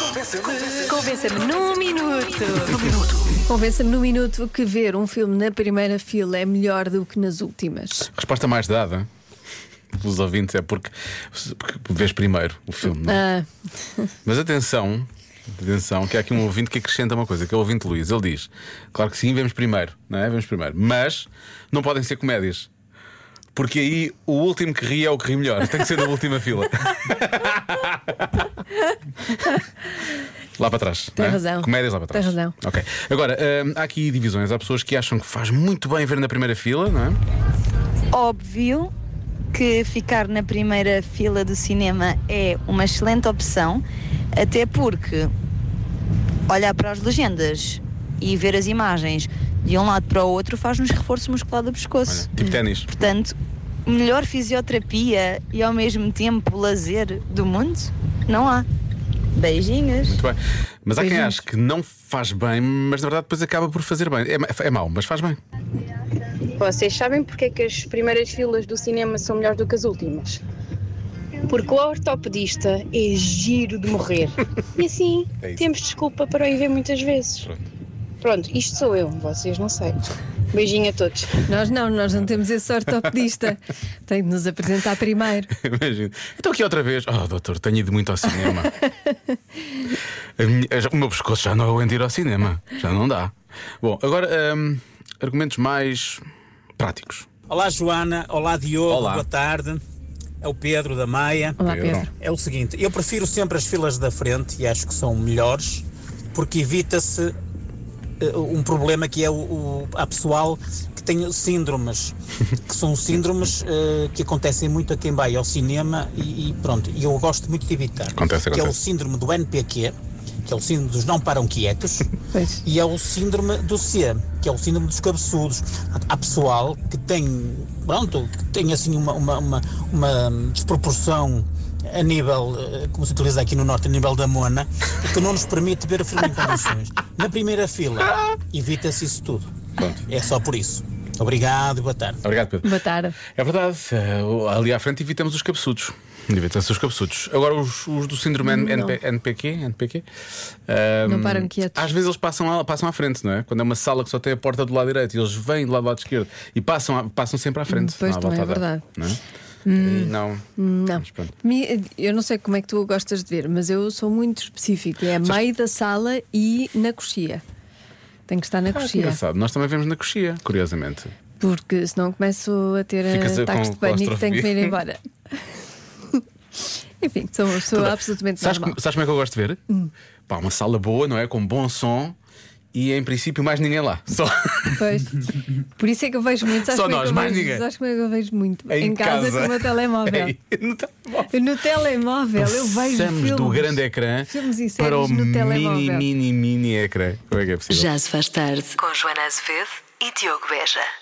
Convença-me num minuto. Convença-me num minuto que ver um filme na primeira fila é melhor do que nas últimas. A resposta mais dada pelos ouvintes é porque vês primeiro o filme, não é? Mas atenção, que há aqui um ouvinte que acrescenta uma coisa, que é o ouvinte Luís. Ele diz: claro que sim, vemos primeiro, não é? Vemos primeiro, mas não podem ser comédias, porque aí o último que ri é o que ri melhor. Tem que ser na última fila. Lá para trás. Tem não é? razão. Comédias lá para trás. Tem razão. Ok. Agora, há aqui divisões. Há pessoas que acham que faz muito bem ver na primeira fila, não é? Óbvio que ficar na primeira fila do cinema é uma excelente opção, até porque olhar para as legendas e ver as imagens de um lado para o outro faz-nos reforço muscular do pescoço. Olha, tipo ténis. Portanto, melhor fisioterapia e ao mesmo tempo lazer do mundo não há. Beijinhos. Muito bem. Mas há quem Beijinhos. ache que não faz bem, mas na verdade depois acaba por fazer bem. É mau, mas faz bem. Vocês sabem porque é que as primeiras filas do cinema são melhores do que as últimas? Porque o ortopedista é giro de morrer. E assim, É isso. temos desculpa para o ir ver muitas vezes. Pronto, isto sou eu, vocês não sei. Beijinho a todos. Nós não temos esse ortopedista. Tem de nos apresentar primeiro. Imagina. Então aqui outra vez. Oh, doutor, tenho ido muito ao cinema. O meu pescoço já não aguenta ir ao cinema. Já não dá. Bom, agora argumentos mais práticos. Olá Joana, olá Diogo, Olá. boa tarde. É o Pedro da Maia. Olá, Pedro. Pedro. É o seguinte, eu prefiro sempre as filas da frente e acho que são melhores, porque evita-se um problema que é há pessoal que tem síndromes, que são síndromes que acontecem muito a quem vai ao cinema e pronto, e eu gosto muito de evitar. Acontece. Que é o síndrome do NPQ, que é o síndrome dos não param quietos, Pois. e é o síndrome do C, que é o síndrome dos cabeçudos. Há pessoal que tem, pronto, que tem assim uma desproporção a nível, como se utiliza aqui no Norte, a nível da mona, que não nos permite ver o filme em condições. Na primeira fila, evita-se isso tudo. Pronto. É só por isso. Obrigado e boa tarde. Obrigado, Pedro. Boa tarde. É verdade, ali à frente evitamos os cabeçudos. Evita-se os cabeçudos. Agora os do síndrome NPQ, Não param quietos. às vezes eles passam à frente, não é? Quando é uma sala que só tem a porta do lado direito e eles vêm do lado esquerdo e passam sempre à frente. Pois, não há também volta é a dar, verdade. não é? E não. Mas pronto. Eu não sei como é que tu gostas de ver, mas eu sou muito específico. É meio da sala e na coxia. Tem que estar na Que coxia. engraçado. Nós também vemos na coxia, curiosamente. Porque senão começo a ter Ficas ataques com de pânico e tenho que me ir claustrofobia. embora. Enfim, sou absolutamente Sabes normal. como é que eu gosto de ver? Pá, uma sala boa, não é? Com bom som e em princípio mais ninguém lá. Só. Pois. Por isso é que eu vejo muito. Sabes Só como é nós, que eu mais vejo? ninguém. Sabes como é que eu vejo muito? Em casa com o meu telemóvel. No telemóvel. No telemóvel eu vejo Passamos filmes, do grande ecrã filmes e para o séries no telemóvel. mini ecrã. Como é que é possível? Já se faz tarde com Joana Azevedo e Diogo Beja.